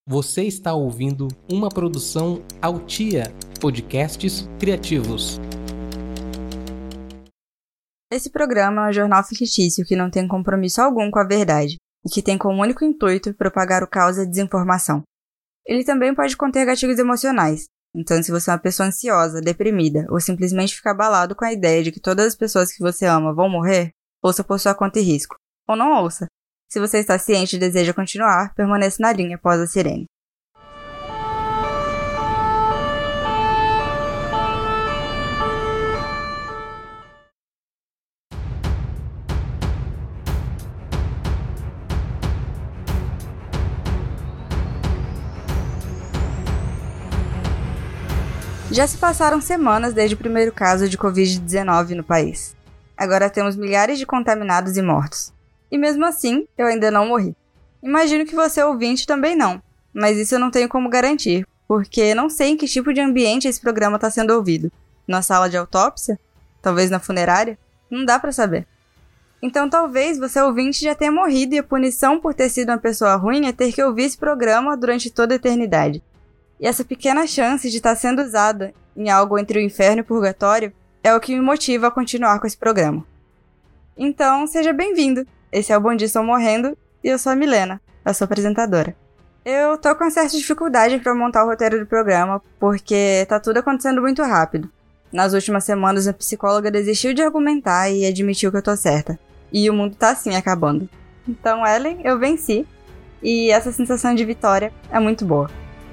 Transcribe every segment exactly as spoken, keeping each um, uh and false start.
Você está ouvindo uma produção Altia, podcasts criativos. Esse programa é um jornal fictício que não tem compromisso algum com a verdade e que tem como único intuito propagar o caos e a desinformação. Ele também pode conter gatilhos emocionais, então se você é uma pessoa ansiosa, deprimida ou simplesmente fica abalado com a ideia de que todas as pessoas que você ama vão morrer, ouça por sua conta e risco. Ou não ouça. Se você está ciente e deseja continuar, permaneça na linha após a sirene. Já se passaram semanas desde o primeiro caso de covid dezenove no país. Agora temos milhares de contaminados e mortos. E mesmo assim, eu ainda não morri. Imagino que você ouvinte também não, mas isso eu não tenho como garantir, porque não sei em que tipo de ambiente esse programa está sendo ouvido. Na sala de autópsia? Talvez na funerária? Não dá pra saber. Então talvez você ouvinte já tenha morrido e a punição por ter sido uma pessoa ruim é ter que ouvir esse programa durante toda a eternidade. E essa pequena chance de estar sendo usada em algo entre o inferno e o purgatório é o que me motiva a continuar com esse programa. Então, seja bem-vindo! Esse é o Bom Dia Estou Morrendo e eu sou a Milena, a sua apresentadora. Eu tô com certa dificuldade para montar o roteiro do programa, porque tá tudo acontecendo muito rápido. Nas últimas semanas, a psicóloga desistiu de argumentar e admitiu que eu tô certa. E o mundo tá assim acabando. Então, Ellen, eu venci. E essa sensação de vitória é muito boa.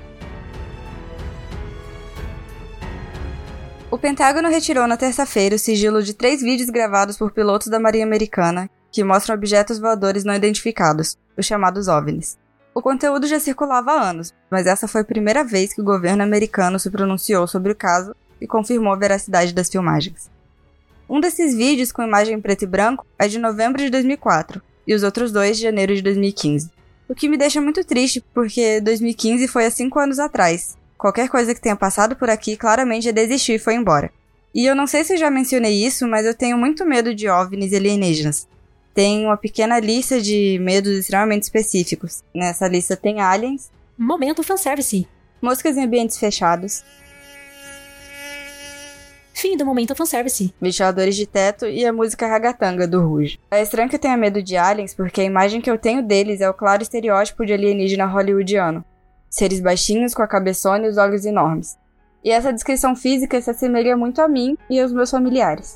O Pentágono retirou na terça-feira o sigilo de três vídeos gravados por pilotos da Marinha Americana que mostram objetos voadores não identificados, os chamados OVNIs. O conteúdo já circulava há anos, mas essa foi a primeira vez que o governo americano se pronunciou sobre o caso e confirmou a veracidade das filmagens. Um desses vídeos, com imagem em preto e branco, é de novembro de dois mil e quatro, e os outros dois de janeiro de dois mil e quinze. O que me deixa muito triste, porque dois mil e quinze foi há cinco anos atrás. Qualquer coisa que tenha passado por aqui claramente já desistiu e foi embora. E eu não sei se eu já mencionei isso, mas eu tenho muito medo de OVNIs e alienígenas. Tem uma pequena lista de medos extremamente específicos. Nessa lista tem aliens, Momento fanservice. moscas em ambientes fechados, Fim do momento fanservice. ventiladores de teto e a música ragatanga do Ruge. É estranho que eu tenha medo de aliens, porque a imagem que eu tenho deles é o claro estereótipo de alienígena hollywoodiano. Seres baixinhos com a cabeçona e os olhos enormes. E essa descrição física se assemelha muito a mim e aos meus familiares.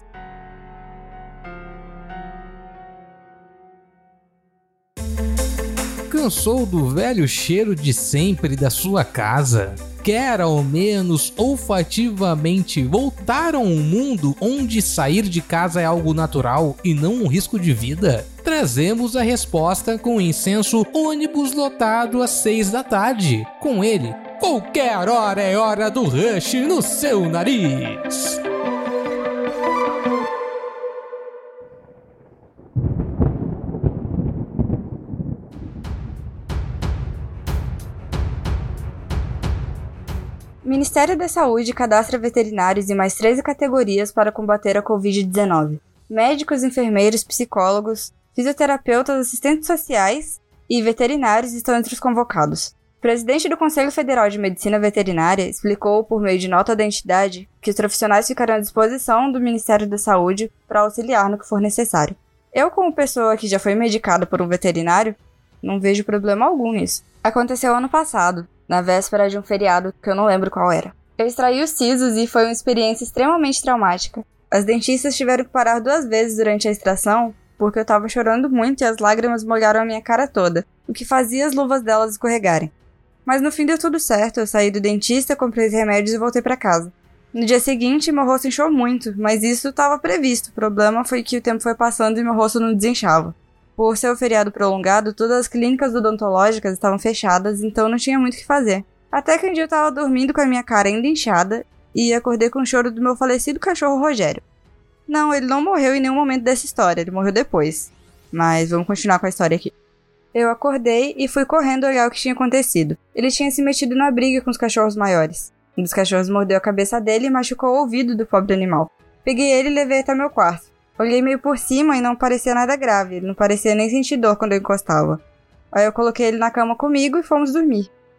Cansou do velho cheiro de sempre da sua casa? Quer ao menos olfativamente voltar a um mundo onde sair de casa é algo natural e não um risco de vida? Trazemos a resposta com o incenso ônibus lotado às seis da tarde. Com ele, qualquer hora é hora do rush no seu nariz. O Ministério da Saúde cadastra veterinários em mais treze categorias para combater a covid dezenove. Médicos, enfermeiros, psicólogos, fisioterapeutas, assistentes sociais e veterinários estão entre os convocados. O presidente do Conselho Federal de Medicina Veterinária explicou, por meio de nota da entidade, que os profissionais ficarão à disposição do Ministério da Saúde para auxiliar no que for necessário. Eu, como pessoa que já foi medicada por um veterinário, não vejo problema algum nisso. Aconteceu ano passado, na véspera de um feriado que eu não lembro qual era. Eu extraí os sisos e foi uma experiência extremamente traumática. As dentistas tiveram que parar duas vezes durante a extração porque eu tava chorando muito e as lágrimas molharam a minha cara toda, o que fazia as luvas delas escorregarem. Mas no fim deu tudo certo, eu saí do dentista, comprei os remédios e voltei pra casa. No dia seguinte, meu rosto inchou muito, mas isso estava previsto. O problema foi que o tempo foi passando e meu rosto não desinchava. Por ser um feriado prolongado, todas as clínicas odontológicas estavam fechadas, então não tinha muito o que fazer. Até que um dia eu tava dormindo com a minha cara ainda inchada e acordei com o choro do meu falecido cachorro Rogério. Não, ele não morreu em nenhum momento dessa história, ele morreu depois. Mas vamos continuar com a história aqui. Eu acordei e fui correndo olhar o que tinha acontecido. Ele tinha se metido na briga com os cachorros maiores. Um dos cachorros mordeu a cabeça dele e machucou o ouvido do pobre animal. Peguei ele e levei até meu quarto. Olhei meio por cima e não parecia nada grave, ele não parecia nem sentir dor quando eu encostava. Aí eu coloquei ele na cama comigo e fomos dormir.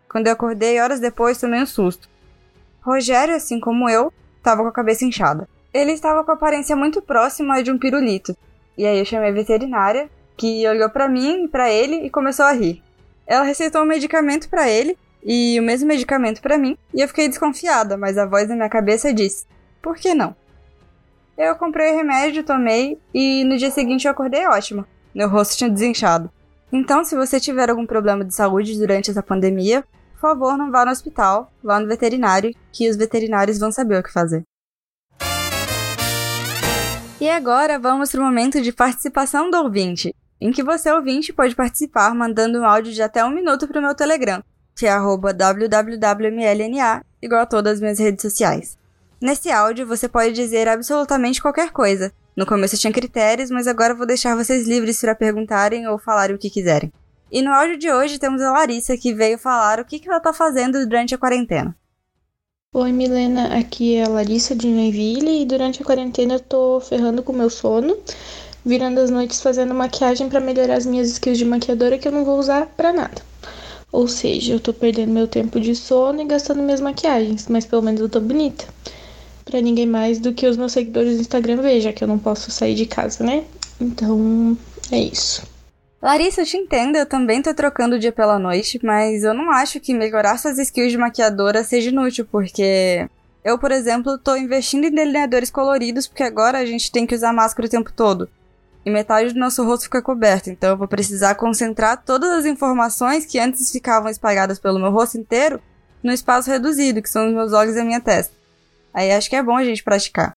Quando eu acordei, horas depois, tomei um susto. Rogério, assim como eu, estava com a cabeça inchada. Ele estava com a aparência muito próxima de um pirulito. E aí eu chamei a veterinária, que olhou pra mim e pra ele e começou a rir. Ela receitou um medicamento pra ele e o mesmo medicamento pra mim, e eu fiquei desconfiada, mas a voz na minha cabeça disse: por que não? Eu comprei o remédio, tomei, e no dia seguinte eu acordei ótima. Meu rosto tinha desinchado. Então, se você tiver algum problema de saúde durante essa pandemia, por favor, não vá no hospital, vá no veterinário, que os veterinários vão saber o que fazer. E agora vamos para o momento de participação do ouvinte, em que você, ouvinte, pode participar mandando um áudio de até um minuto para o meu Telegram, que é arroba w w w m l n a, igual a todas as minhas redes sociais. Nesse áudio, você pode dizer absolutamente qualquer coisa. No começo eu tinha critérios, mas agora eu vou deixar vocês livres para perguntarem ou falarem o que quiserem. E no áudio de hoje temos a Larissa, que veio falar o que ela está fazendo durante a quarentena. Oi Milena, aqui é a Larissa de Joinville e durante a quarentena eu tô ferrando com o meu sono, virando as noites fazendo maquiagem para melhorar as minhas skills de maquiadora que eu não vou usar pra nada. Ou seja, eu tô perdendo meu tempo de sono e gastando minhas maquiagens, mas pelo menos eu tô bonita. Pra ninguém mais do que os meus seguidores do Instagram ver, já que eu não posso sair de casa, né? Então, é isso. Larissa, eu te entendo, eu também tô trocando o dia pela noite, mas eu não acho que melhorar suas skills de maquiadora seja inútil, porque eu, por exemplo, tô investindo em delineadores coloridos, porque agora a gente tem que usar máscara o tempo todo. E metade do nosso rosto fica coberto, então eu vou precisar concentrar todas as informações que antes ficavam espalhadas pelo meu rosto inteiro no espaço reduzido, que são os meus olhos e a minha testa. Aí acho que é bom a gente praticar.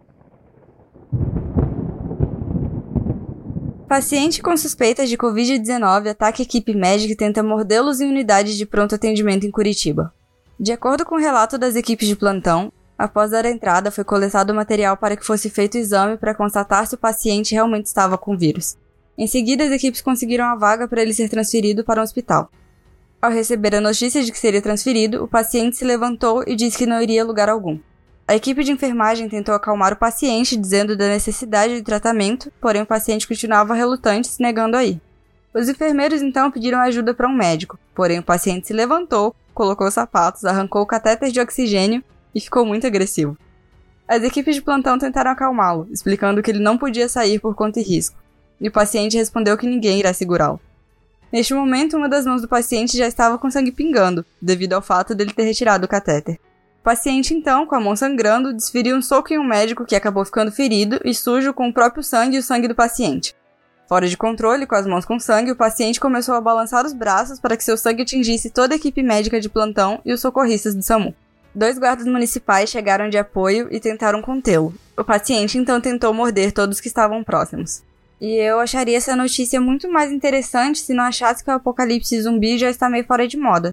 Paciente com suspeitas de covid dezenove ataca a equipe médica e tenta mordê-los em unidade de pronto atendimento em Curitiba. De acordo com o relato das equipes de plantão, após dar a entrada foi coletado material para que fosse feito o exame para constatar se o paciente realmente estava com o vírus. Em seguida, as equipes conseguiram a vaga para ele ser transferido para um hospital. Ao receber a notícia de que seria transferido, o paciente se levantou e disse que não iria a lugar algum. A equipe de enfermagem tentou acalmar o paciente, dizendo da necessidade de tratamento, porém o paciente continuava relutante, se negando a ir. Os enfermeiros então pediram ajuda para um médico, porém o paciente se levantou, colocou os sapatos, arrancou o catéter de oxigênio e ficou muito agressivo. As equipes de plantão tentaram acalmá-lo, explicando que ele não podia sair por conta e risco, e o paciente respondeu que ninguém irá segurá-lo. Neste momento, uma das mãos do paciente já estava com sangue pingando, devido ao fato dele ter retirado o catéter. O paciente, então, com a mão sangrando, desferiu um soco em um médico que acabou ficando ferido e sujo com o próprio sangue e o sangue do paciente. Fora de controle, com as mãos com sangue, o paciente começou a balançar os braços para que seu sangue atingisse toda a equipe médica de plantão e os socorristas do SAMU. Dois guardas municipais chegaram de apoio e tentaram contê-lo. O paciente, então, tentou morder todos que estavam próximos. E eu acharia essa notícia muito mais interessante se não achasse que o apocalipse zumbi já está meio fora de moda.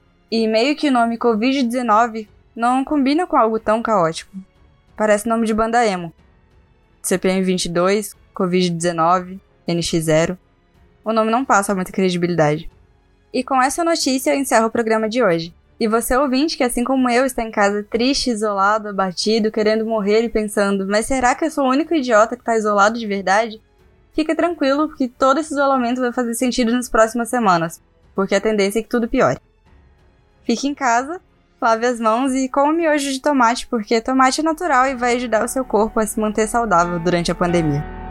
E meio que o nome covid dezenove não combina com algo tão caótico. Parece nome de banda emo. C P M vinte e dois, covid dezenove, N X zero. O nome não passa muita credibilidade. E com essa notícia eu encerro o programa de hoje. E você ouvinte que, assim como eu, está em casa triste, isolado, abatido, querendo morrer e pensando: mas será que eu sou o único idiota que está isolado de verdade? Fica tranquilo, porque todo esse isolamento vai fazer sentido nas próximas semanas, porque a tendência é que tudo piore. Fique em casa, lave as mãos e coma miojo de tomate, porque tomate é natural e vai ajudar o seu corpo a se manter saudável durante a pandemia.